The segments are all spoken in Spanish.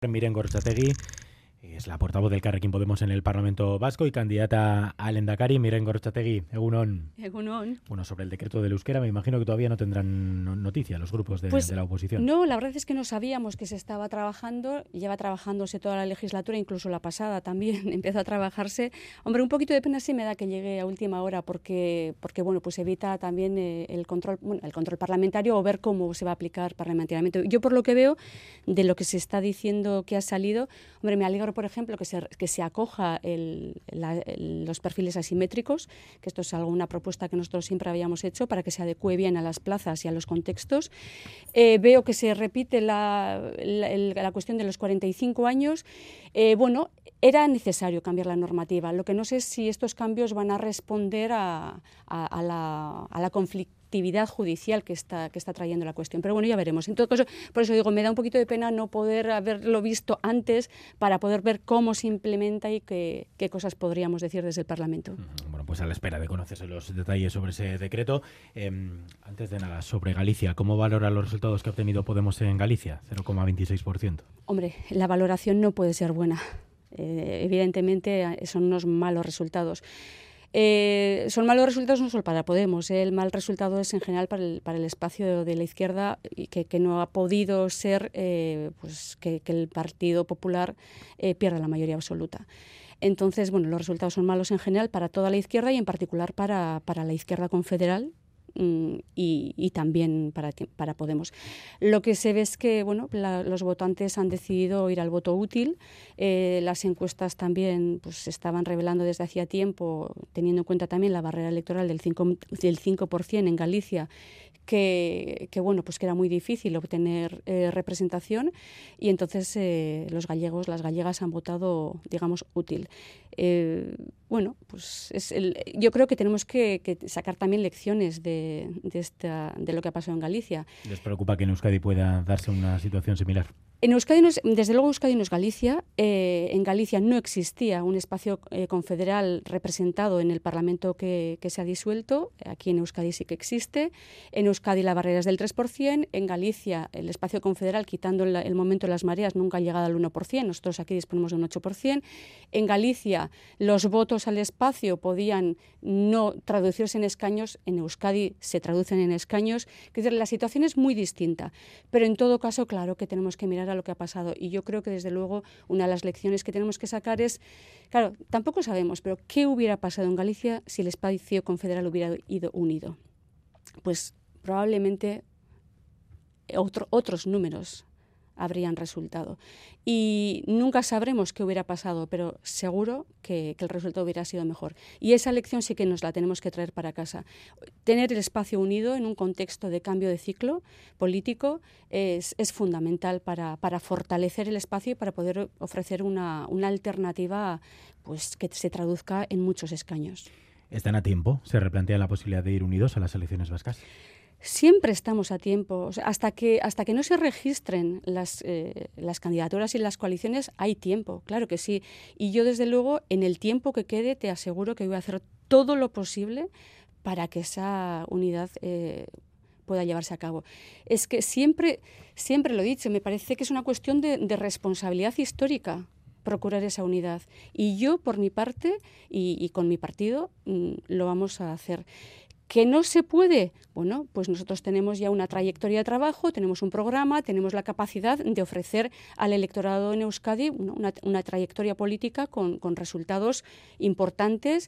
Miren Gorrotxategi es la portavoz del Elkarrekin Podemos en el Parlamento Vasco y candidata al Lehendakari. Miren Gorrotxategi, egunon. Egunon. Bueno, sobre el decreto del euskera me imagino que todavía no tendrán noticia los grupos de la oposición. No, la verdad es que no sabíamos que se estaba trabajando, lleva trabajándose toda la legislatura, incluso la pasada también empezó a trabajarse. Hombre, un poquito de pena sí me da que llegue a última hora porque bueno, pues evita también el control parlamentario o ver cómo se va a aplicar parlamentariamente. Yo por lo que veo de lo que se está diciendo que ha salido, hombre, me alegro por ejemplo que se acoja los perfiles asimétricos, que esto es una propuesta que nosotros siempre habíamos hecho para que se adecue bien a las plazas y a los contextos. Veo que se repite la cuestión de los 45 años. Bueno, era necesario cambiar la normativa. Lo que no sé es si estos cambios van a responder a la conflictividad judicial que está trayendo la cuestión. Pero bueno, ya veremos. En todo caso, por eso digo, me da un poquito de pena no poder haberlo visto antes para poder ver cómo se implementa y qué cosas podríamos decir desde el Parlamento. Bueno, pues a la espera de conocerse los detalles sobre ese decreto. Antes de nada, sobre Galicia, ¿cómo valora los resultados que ha obtenido Podemos en Galicia? 0,26%. Hombre, la valoración no puede ser buena. Evidentemente son unos malos resultados. Son malos resultados no solo para Podemos, el mal resultado es en general para el espacio de la izquierda y que no ha podido ser pues que el Partido Popular pierda la mayoría absoluta. Entonces, bueno, los resultados son malos en general para toda la izquierda y en particular para la izquierda confederal. Y también para Podemos. Lo que se ve es que bueno, los votantes han decidido ir al voto útil. Las encuestas también pues, se estaban revelando desde hacía tiempo, teniendo en cuenta también la barrera electoral del 5% en Galicia, que bueno, pues que era muy difícil obtener representación, y entonces los gallegos, las gallegas han votado, digamos, útil. Bueno, pues yo creo que tenemos que sacar también lecciones de lo que ha pasado en Galicia. ¿Les preocupa que en Euskadi pueda darse una situación similar? En Euskadi, desde luego Euskadi no es Galicia. En Galicia no existía un espacio confederal representado en el Parlamento que se ha disuelto. Aquí en Euskadi sí que existe. En Euskadi la barrera es del 3%. En Galicia el espacio confederal, quitando el momento de las mareas, nunca ha llegado al 1%. Nosotros aquí disponemos de un 8%. En Galicia los votos al espacio podían no traducirse en escaños. En Euskadi se traducen en escaños. Es decir, la situación es muy distinta. Pero en todo caso, claro que tenemos que mirar a lo que ha pasado, y yo creo que desde luego una de las lecciones que tenemos que sacar es, claro, tampoco sabemos, pero ¿qué hubiera pasado en Galicia si el espacio confederal hubiera ido unido? Pues probablemente otros números habrían resultado. Y nunca sabremos qué hubiera pasado, pero seguro que el resultado hubiera sido mejor. Y esa lección sí que nos la tenemos que traer para casa. Tener el espacio unido en un contexto de cambio de ciclo político es fundamental para fortalecer el espacio y para poder ofrecer una alternativa pues, que se traduzca en muchos escaños. ¿Están a tiempo? ¿Se replantea la posibilidad de ir unidos a las elecciones vascas? Siempre estamos a tiempo. O sea, hasta que no se registren las candidaturas y las coaliciones, hay tiempo, claro que sí. Y yo, desde luego, en el tiempo que quede, te aseguro que voy a hacer todo lo posible para que esa unidad pueda llevarse a cabo. Es que siempre lo he dicho, me parece que es una cuestión de responsabilidad histórica procurar esa unidad. Y yo, por mi parte, y con mi partido, lo vamos a hacer. ¿Que no se puede? Bueno, pues nosotros tenemos ya una trayectoria de trabajo, tenemos un programa, tenemos la capacidad de ofrecer al electorado en Euskadi una trayectoria política con resultados importantes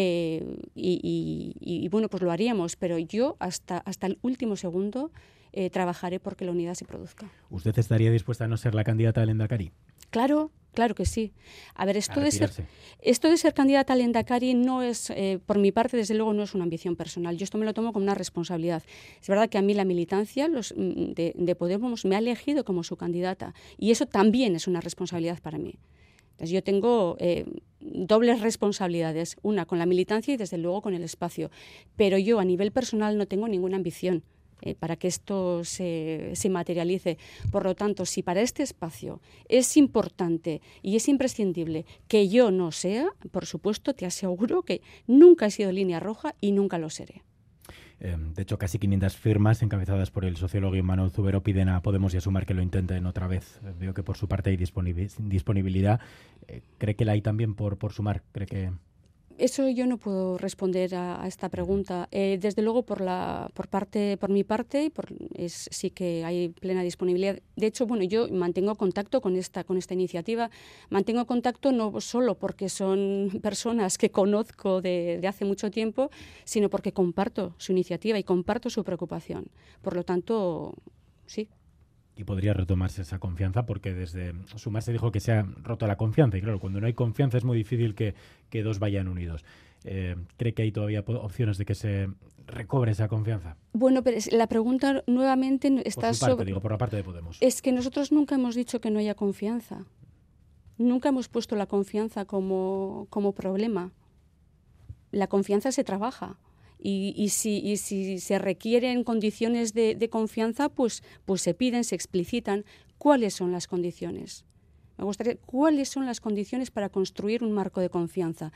y bueno, pues lo haríamos, pero yo hasta el último segundo trabajaré porque la unidad se produzca. ¿Usted estaría dispuesta a no ser la candidata al Lehendakari? Claro que sí. A ver, esto de ser candidata al Lehendakari no es, por mi parte, desde luego, no es una ambición personal. Yo esto me lo tomo como una responsabilidad. Es verdad que a mí la militancia de Podemos me ha elegido como su candidata, y eso también es una responsabilidad para mí. Entonces, yo tengo dobles responsabilidades, una con la militancia y, desde luego, con el espacio. Pero yo, a nivel personal, no tengo ninguna ambición para que esto se materialice. Por lo tanto, si para este espacio es importante y es imprescindible que yo no sea, por supuesto, te aseguro que nunca he sido línea roja y nunca lo seré. De hecho, casi 500 firmas encabezadas por el sociólogo Manuel Zubero piden a Podemos y a Sumar que lo intenten otra vez. Veo que por su parte hay disponibilidad. ¿Cree que la hay también por Sumar? ¿Cree que...? Eso yo no puedo responder a esta pregunta. Desde luego, por mi parte, sí que hay plena disponibilidad. De hecho, bueno, yo mantengo contacto con esta iniciativa. Mantengo contacto no solo porque son personas que conozco de hace mucho tiempo, sino porque comparto su iniciativa y comparto su preocupación. Por lo tanto, sí. Y podría retomarse esa confianza, porque desde Sumar se dijo que se ha roto la confianza. Y claro, cuando no hay confianza es muy difícil que dos vayan unidos. ¿Cree que hay todavía opciones de que se recobre esa confianza? Bueno, pero la pregunta nuevamente está por la parte de Podemos. Es que nosotros nunca hemos dicho que no haya confianza. Nunca hemos puesto la confianza como problema. La confianza se trabaja. Y si se requieren condiciones de confianza, pues se piden, se explicitan. ¿Cuáles son las condiciones? Me gustaría, ¿cuáles son las condiciones para construir un marco de confianza?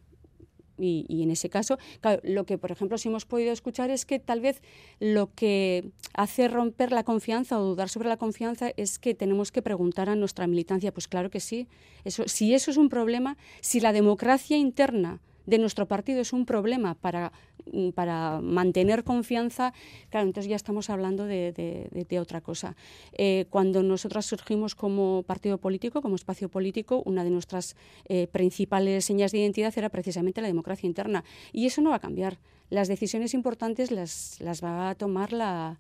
Y en ese caso, claro, lo que, por ejemplo, sí hemos podido escuchar es que tal vez lo que hace romper la confianza o dudar sobre la confianza es que tenemos que preguntar a nuestra militancia. Pues claro que sí. Si eso es un problema, si la democracia interna de nuestro partido es un problema para mantener confianza, claro, entonces ya estamos hablando de otra cosa. Cuando nosotras surgimos como partido político, como espacio político, una de nuestras principales señas de identidad era precisamente la democracia interna. Y eso no va a cambiar. Las decisiones importantes las va a tomar la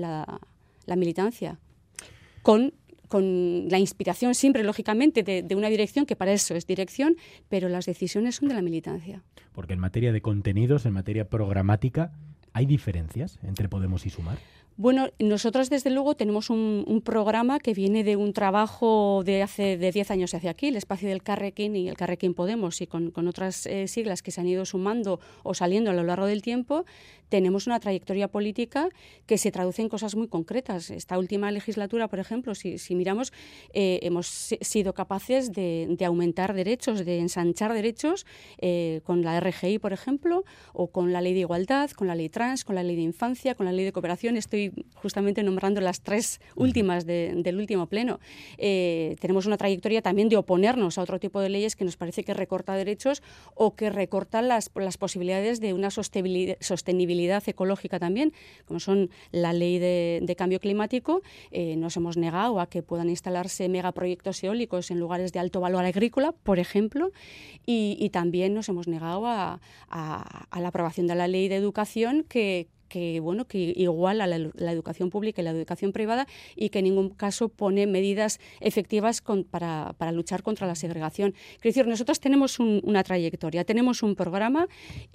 militancia, con la inspiración siempre, lógicamente, de una dirección, que para eso es dirección, pero las decisiones son de la militancia. Porque en materia de contenidos, en materia programática, ¿hay diferencias entre Podemos y Sumar? Bueno, nosotros desde luego tenemos un programa que viene de un trabajo de 10 años hacia aquí, el espacio del Carrequín y el Carrequín Podemos, y con otras siglas que se han ido sumando o saliendo a lo largo del tiempo. Tenemos una trayectoria política que se traduce en cosas muy concretas. Esta última legislatura, por ejemplo, si miramos, hemos sido capaces de aumentar derechos, de ensanchar derechos con la RGI, por ejemplo, o con la Ley de Igualdad, con la Ley Trans, con la Ley de Infancia, con la Ley de Cooperación. Estoy justamente nombrando las 3 últimas del último pleno. Tenemos una trayectoria también de oponernos a otro tipo de leyes que nos parece que recorta derechos o que recortan las posibilidades de una sostenibilidad ecológica también, como son la ley de cambio climático. Nos hemos negado a que puedan instalarse megaproyectos eólicos en lugares de alto valor agrícola, por ejemplo, y también nos hemos negado a la aprobación de la ley de educación que iguala la educación pública y la educación privada, y que en ningún caso pone medidas efectivas para luchar contra la segregación. Quiero decir, nosotros tenemos una trayectoria, tenemos un programa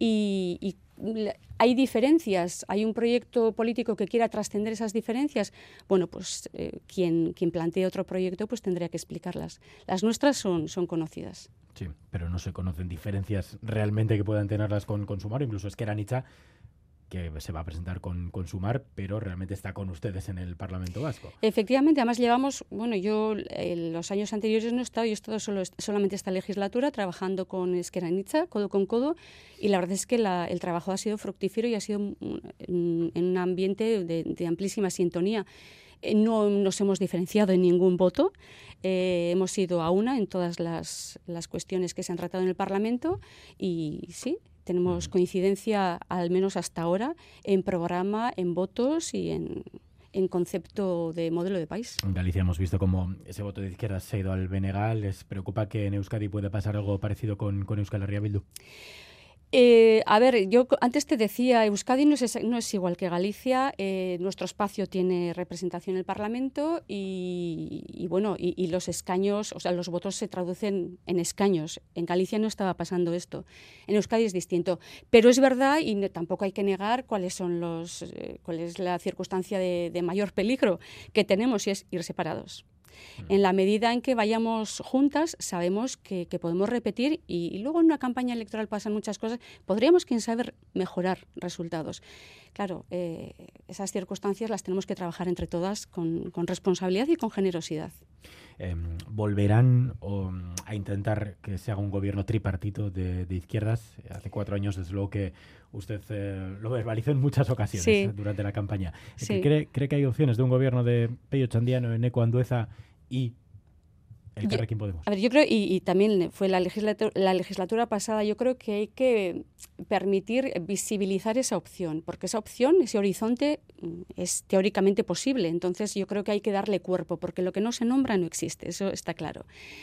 y hay diferencias. ¿Hay un proyecto político que quiera trascender esas diferencias? Bueno, pues quien plantee otro proyecto pues tendría que explicarlas. Las nuestras son conocidas. Sí, pero no se conocen diferencias realmente que puedan tenerlas con Sumar. Incluso Ezker Anitza, que se va a presentar con Sumar, pero realmente está con ustedes en el Parlamento Vasco. Efectivamente, además llevamos, yo en los años anteriores no he estado, yo he estado solamente esta legislatura trabajando con Ezker Anitza, codo con codo, y la verdad es que el trabajo ha sido fructífero y ha sido en un ambiente de amplísima sintonía. No nos hemos diferenciado en ningún voto, hemos ido a una en todas las cuestiones que se han tratado en el Parlamento, y sí, tenemos coincidencia, al menos hasta ahora, en programa, en votos y en concepto de modelo de país. En Galicia hemos visto cómo ese voto de izquierda se ha ido al BNG. ¿Les preocupa que en Euskadi puede pasar algo parecido con Euskal Herria Bildu? A ver, yo antes te decía, Euskadi no es igual que Galicia. Nuestro espacio tiene representación en el Parlamento y los escaños, o sea, los votos se traducen en escaños. En Galicia no estaba pasando esto. En Euskadi es distinto. Pero es verdad, y tampoco hay que negar cuál es la circunstancia de mayor peligro que tenemos, y es ir separados. En la medida en que vayamos juntas, sabemos que podemos repetir y luego en una campaña electoral pasan muchas cosas. Podríamos, quién sabe, mejorar resultados. Claro, esas circunstancias las tenemos que trabajar entre todas con responsabilidad y con generosidad. ¿Volverán a intentar que se haga un gobierno tripartito de izquierdas. Hace 4 años, desde luego, que usted lo verbalizó en muchas ocasiones durante la campaña. Sí. ¿Cree que hay opciones de un gobierno de Pello Chandiano, Eneko Andueza y el Carrequín Podemos? A ver, yo creo, y también fue la legislatura pasada, yo creo que hay que permitir visibilizar esa opción, porque esa opción, ese horizonte, es teóricamente posible. Entonces yo creo que hay que darle cuerpo, porque lo que no se nombra no existe, eso está claro.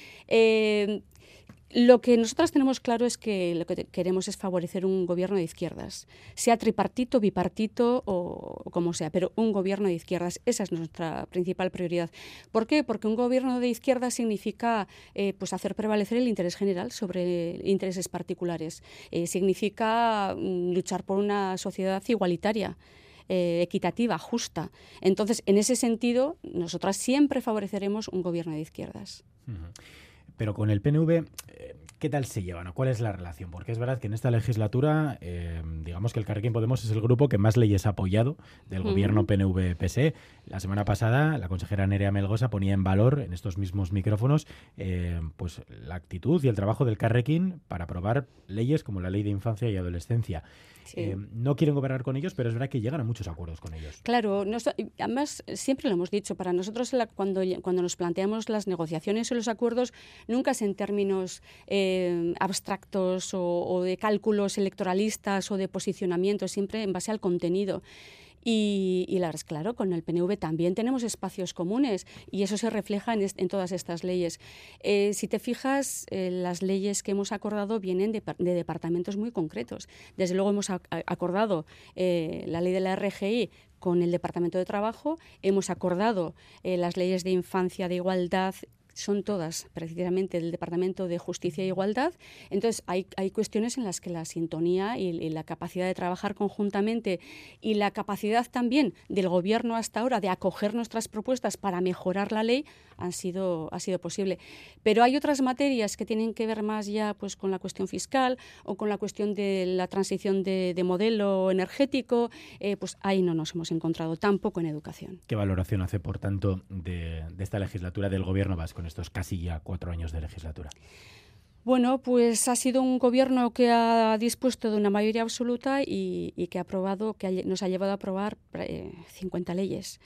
Lo que nosotras tenemos claro es que lo que queremos es favorecer un gobierno de izquierdas, sea tripartito, bipartito o como sea, pero un gobierno de izquierdas. Esa es nuestra principal prioridad. ¿Por qué? Porque un gobierno de izquierdas significa pues hacer prevalecer el interés general sobre intereses particulares. Significa luchar por una sociedad igualitaria, equitativa, justa. Entonces, en ese sentido, nosotras siempre favoreceremos un gobierno de izquierdas. Pero con el PNV, ¿qué tal se llevan? ¿Cuál es la relación? Porque es verdad que en esta legislatura, digamos que el Carrequín Podemos es el grupo que más leyes ha apoyado del gobierno PNV-PSE. La semana pasada, la consejera Nerea Melgosa ponía en valor, en estos mismos micrófonos, pues la actitud y el trabajo del Carrequín para aprobar leyes como la Ley de Infancia y Adolescencia. Sí. No quieren gobernar con ellos, pero es verdad que llegan a muchos acuerdos con ellos. Claro, además siempre lo hemos dicho, para nosotros cuando nos planteamos las negociaciones o los acuerdos, nunca es en términos abstractos o de cálculos electoralistas o de posicionamiento, siempre en base al contenido. Y la verdad es claro, con el PNV también tenemos espacios comunes y eso se refleja en todas estas leyes. Si te fijas, las leyes que hemos acordado vienen de departamentos muy concretos. Desde luego hemos acordado la ley de la RGI con el Departamento de Trabajo, hemos acordado las leyes de infancia, de igualdad, son todas precisamente del Departamento de Justicia e Igualdad. Entonces, hay cuestiones en las que la sintonía y la capacidad de trabajar conjuntamente y la capacidad también del Gobierno hasta ahora de acoger nuestras propuestas para mejorar la ley ha sido posible. Pero hay otras materias que tienen que ver más ya pues, con la cuestión fiscal o con la cuestión de la transición de modelo energético. Pues ahí no nos hemos encontrado, tampoco en educación. ¿Qué valoración hace, por tanto, de esta legislatura del Gobierno vasco en estos casi ya 4 años de legislatura? Bueno, pues ha sido un gobierno que ha dispuesto de una mayoría absoluta y que ha aprobado, nos ha llevado a aprobar 50 leyes.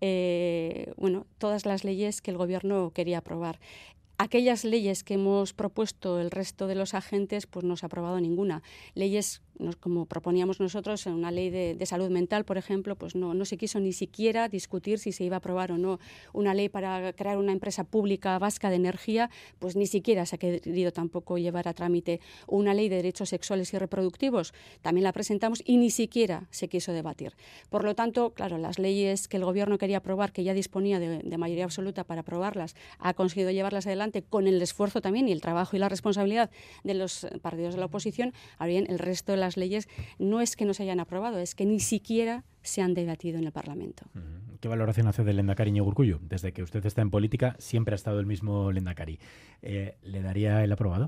Bueno, todas las leyes que el gobierno quería aprobar. Aquellas leyes que hemos propuesto el resto de los agentes, pues no se ha aprobado ninguna. Leyes, como proponíamos nosotros, en una ley de salud mental, por ejemplo, pues no se quiso ni siquiera discutir si se iba a aprobar o no. Una ley para crear una empresa pública vasca de energía, pues ni siquiera se ha querido tampoco llevar a trámite. Una ley de derechos sexuales y reproductivos, también la presentamos y ni siquiera se quiso debatir. Por lo tanto, claro, las leyes que el gobierno quería aprobar, que ya disponía de mayoría absoluta para aprobarlas, ha conseguido llevarlas adelante con el esfuerzo también y el trabajo y la responsabilidad de los partidos de la oposición. Ahora bien, el resto de las leyes no es que no se hayan aprobado, es que ni siquiera se han debatido en el Parlamento. ¿Qué valoración hace del Lehendakari Iñigo Urkullu? Desde que usted está en política siempre ha estado el mismo Lehendakari. ¿Le daría el aprobado?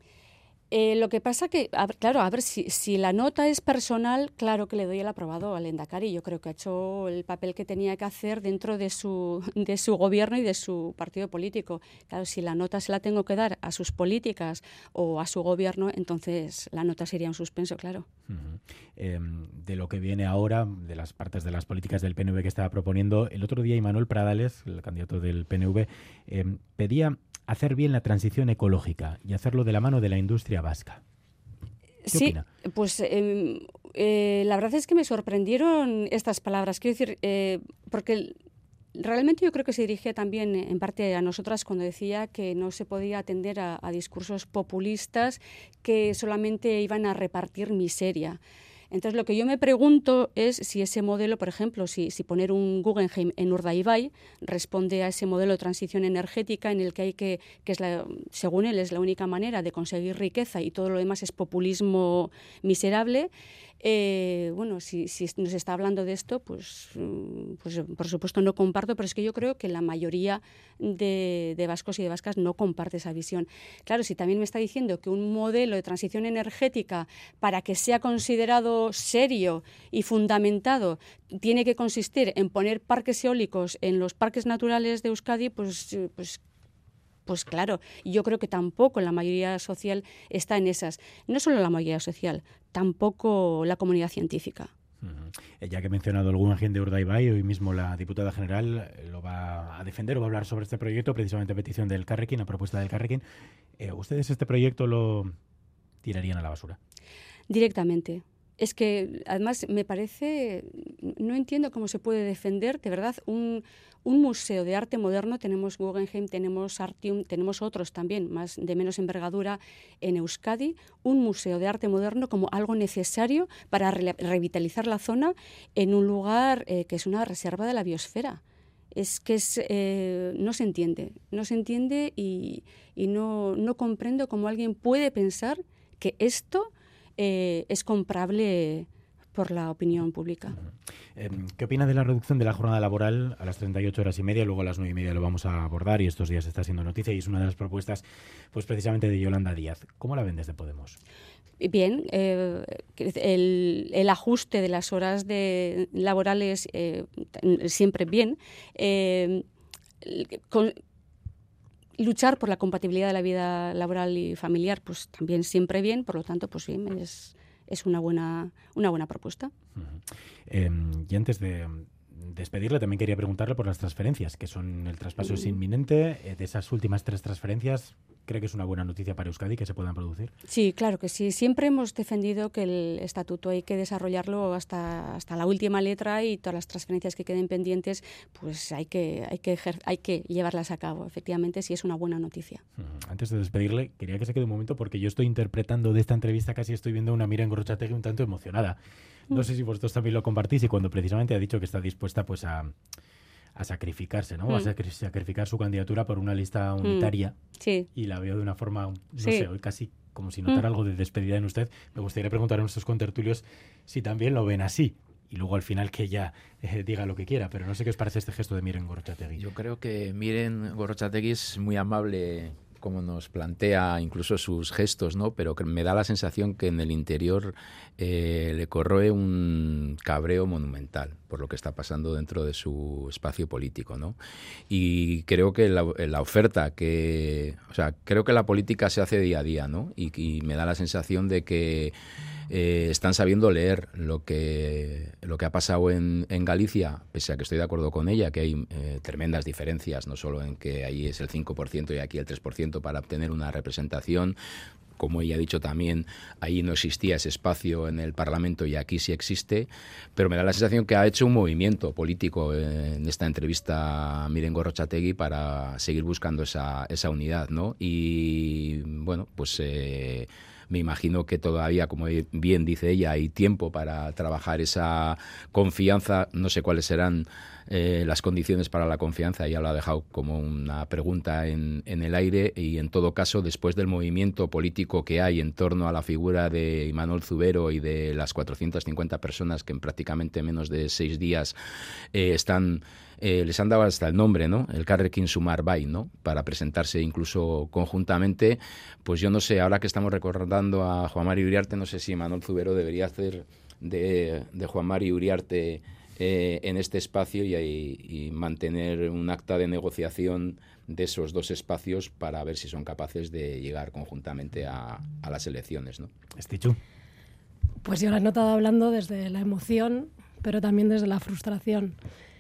Lo que pasa que, claro, a ver, si la nota es personal, claro que le doy el aprobado al Lehendakari. Yo creo que ha hecho el papel que tenía que hacer dentro de su gobierno y de su partido político. Claro, si la nota se la tengo que dar a sus políticas o a su gobierno, entonces la nota sería un suspenso, claro. De lo que viene ahora, de las partes de las políticas del PNV que estaba proponiendo, el otro día Imanol Pradales, el candidato del PNV, pedía hacer bien la transición ecológica y hacerlo de la mano de la industria vasca. ¿Qué opina? Pues la verdad es que me sorprendieron estas palabras. Quiero decir, porque realmente yo creo que se dirigía también en parte a nosotras cuando decía que no se podía atender a discursos populistas que solamente iban a repartir miseria. Entonces, lo que yo me pregunto es si ese modelo, por ejemplo, si poner un Guggenheim en Urdaibai responde a ese modelo de transición energética en el que según él, es la única manera de conseguir riqueza y todo lo demás es populismo miserable. Bueno, si nos está hablando de esto, pues por supuesto no comparto, pero es que yo creo que la mayoría de vascos y de vascas no comparte esa visión. Claro, si también me está diciendo que un modelo de transición energética, para que sea considerado serio y fundamentado, tiene que consistir en poner parques eólicos en los parques naturales de Euskadi, pues pues claro, yo creo que tampoco la mayoría social está en esas. No solo la mayoría social, tampoco la comunidad científica. Ya que he mencionado el Guggenheim de Urdaibai, hoy mismo la diputada general lo va a defender o va a hablar sobre este proyecto, precisamente a petición del Carrequín, a propuesta del Carrequín. ¿Ustedes este proyecto lo tirarían a la basura? Directamente. Es que, además, me parece, no entiendo cómo se puede defender, de verdad, un museo de arte moderno. Tenemos Guggenheim, tenemos Artium, tenemos otros también, de menos envergadura en Euskadi, un museo de arte moderno como algo necesario para revitalizar la zona en un lugar que es una reserva de la biosfera. No se entiende y no comprendo cómo alguien puede pensar que esto es comprable por la opinión pública. ¿Qué opina de la reducción de la jornada laboral a las 38 horas y media? Luego a las 9:30 lo vamos a abordar y estos días está siendo noticia y es una de las propuestas pues precisamente de Yolanda Díaz. ¿Cómo la ven desde Podemos? Bien, el ajuste de las horas laborales siempre bien. Luchar por la compatibilidad de la vida laboral y familiar, pues también siempre bien, por lo tanto, pues bien, es una buena propuesta. Y antes de despedirle, también quería preguntarle por las transferencias, que son el traspaso es inminente. De esas últimas 3 transferencias, ¿cree que es una buena noticia para Euskadi que se puedan producir? Sí, claro que sí. Siempre hemos defendido que el estatuto hay que desarrollarlo hasta la última letra y todas las transferencias que queden pendientes, pues hay que llevarlas a cabo. Efectivamente, sí es una buena noticia. Antes de despedirle, quería que se quede un momento porque yo estoy interpretando de esta entrevista, casi estoy viendo a una Miren Gorrotxategi un tanto emocionada. No sé si vosotros también lo compartís y cuando precisamente ha dicho que está dispuesta pues a sacrificarse, ¿no? A sacrificar su candidatura por una lista unitaria. Sí. Y la veo de una forma, no sé, hoy casi como si notara algo de despedida en usted. Me gustaría preguntar a nuestros contertulios si también lo ven así. Y luego al final que ella diga lo que quiera. Pero no sé qué os parece este gesto de Miren Gorrotxategi. Yo creo que Miren Gorrotxategi es muy amable como nos plantea incluso sus gestos, ¿no? Pero que me da la sensación que en el interior le corroe un cabreo monumental por lo que está pasando dentro de su espacio político, ¿no? Y creo que la oferta creo que la política se hace día a día, ¿no? Y me da la sensación de que están sabiendo leer lo que ha pasado en Galicia, pese a que estoy de acuerdo con ella, que hay tremendas diferencias, no solo en que ahí es el 5% y aquí el 3% para obtener una representación. Como ella ha dicho también, ahí no existía ese espacio en el Parlamento y aquí sí existe, pero me da la sensación que ha hecho un movimiento político en esta entrevista a Miren Gorrotxategi para seguir buscando esa unidad, ¿no? Y bueno, pues me imagino que todavía, como bien dice ella, hay tiempo para trabajar esa confianza. No sé cuáles serán las condiciones para la confianza, ya lo ha dejado como una pregunta en el aire, y en todo caso, después del movimiento político que hay en torno a la figura de Imanol Zubero y de las 450 personas que en prácticamente menos de 6 días les han dado hasta el nombre, ¿no? El Carrequín Sumar Bai, ¿no? Para presentarse incluso conjuntamente, pues yo no sé, ahora que estamos recordando a Juan Mari Uriarte, no sé si Imanol Zubero debería hacer de Juan Mari Uriarte en este espacio y mantener un acta de negociación de esos dos espacios para ver si son capaces de llegar conjuntamente a las elecciones, ¿no? Estichu. Pues yo la he notado hablando desde la emoción, pero también desde la frustración.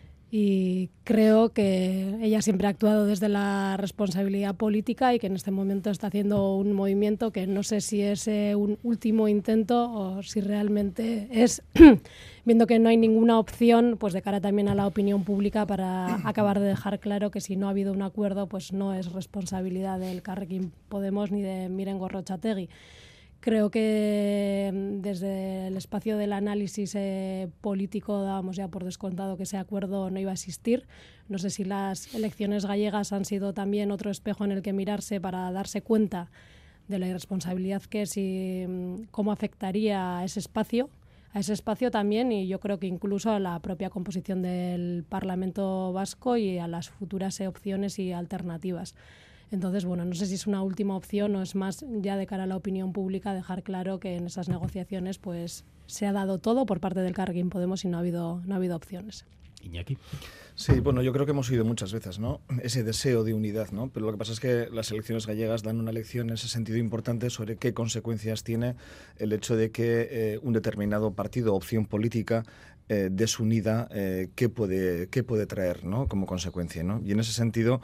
Y creo que ella siempre ha actuado desde la responsabilidad política y que en este momento está haciendo un movimiento que no sé si es un último intento o si realmente es, viendo que no hay ninguna opción, pues de cara también a la opinión pública, para acabar de dejar claro que si no ha habido un acuerdo, pues no es responsabilidad del Carrequín Podemos ni de Miren Gorrotxategi. Creo que desde el espacio del análisis político dábamos ya por descontado que ese acuerdo no iba a existir. No sé si las elecciones gallegas han sido también otro espejo en el que mirarse para darse cuenta de la irresponsabilidad que es y cómo afectaría a ese espacio también, y yo creo que incluso a la propia composición del Parlamento vasco y a las futuras opciones y alternativas. Entonces, bueno, no sé si es una última opción o es más ya de cara a la opinión pública dejar claro que en esas negociaciones pues se ha dado todo por parte del Carrequín Podemos y no ha habido opciones. Iñaki. Sí, bueno, yo creo que hemos oído muchas veces, ¿no?, ese deseo de unidad, ¿no? Pero lo que pasa es que las elecciones gallegas dan una lección en ese sentido importante sobre qué consecuencias tiene el hecho de que un determinado partido o opción política desunida, qué puede traer, ¿no?, como consecuencia, ¿no? Y en ese sentido,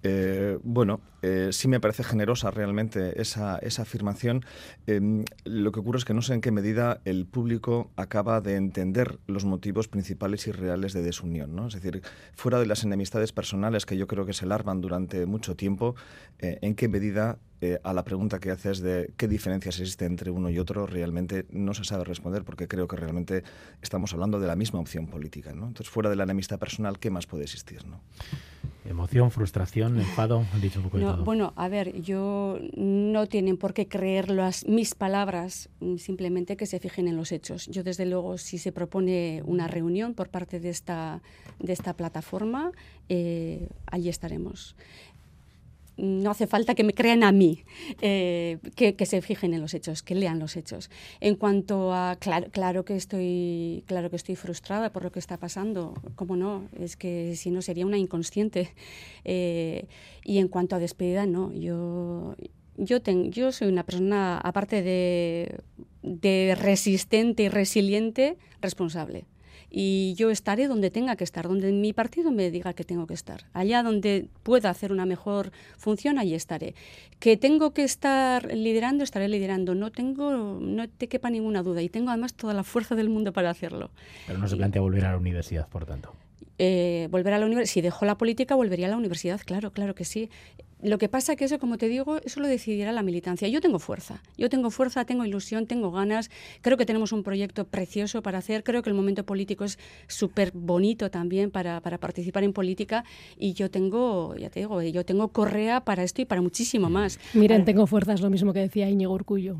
sí me parece generosa realmente esa afirmación. Lo que ocurre es que no sé en qué medida el público acaba de entender los motivos principales y reales de desunión, ¿no? Es decir, fuera de las enemistades personales que yo creo que se larvan durante mucho tiempo, en qué medida a la pregunta que haces de qué diferencias existen entre uno y otro realmente no se sabe responder, porque creo que realmente estamos hablando de la misma opción política, ¿no? Entonces, fuera de la enemistad personal, ¿qué más puede existir, ¿no? Emoción, frustración, enfado, han dicho un poco de todo. Bueno, a ver, no tienen por qué creer mis palabras, simplemente que se fijen en los hechos. Yo, desde luego, si se propone una reunión por parte de esta plataforma, allí estaremos. No hace falta que me crean a mí, que se fijen en los hechos, que lean los hechos. En cuanto a, claro que estoy frustrada por lo que está pasando, ¿cómo no? Es que si no sería una inconsciente. Y en cuanto a despedida, no, yo soy una persona, aparte de resistente y resiliente, responsable. Y yo estaré donde tenga que estar, donde mi partido me diga que tengo que estar. Allá donde pueda hacer una mejor función, allí estaré. Que tengo que estar liderando, estaré liderando. No te quepa ninguna duda. Y tengo además toda la fuerza del mundo para hacerlo. Pero no se plantea volver a la universidad, por tanto. Volver a la universidad. Si dejo la política, volvería a la universidad, claro que sí. Lo que pasa que eso, como te digo, eso lo decidirá la militancia. Yo tengo fuerza, tengo ilusión, tengo ganas. Creo que tenemos un proyecto precioso para hacer. Creo que el momento político es súper bonito también para participar en política. Y yo tengo correa para esto y para muchísimo más. Miren, tengo fuerza, es lo mismo que decía Íñigo Urkullu.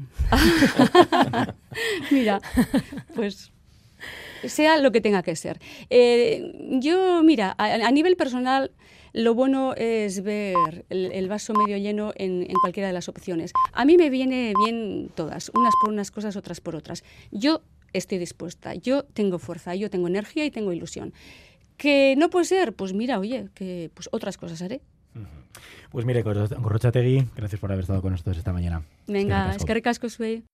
Mira, pues sea lo que tenga que ser. Yo, mira, a nivel personal, lo bueno es ver el vaso medio lleno en cualquiera de las opciones. A mí me viene bien todas, unas por unas cosas, otras por otras. Yo estoy dispuesta, yo tengo fuerza, yo tengo energía y tengo ilusión. ¿Que no puede ser? Pues mira, oye, que pues otras cosas haré. Pues mire, Gorrotxategi, gracias por haber estado con nosotros esta mañana. Venga, eskerrik asko zuei.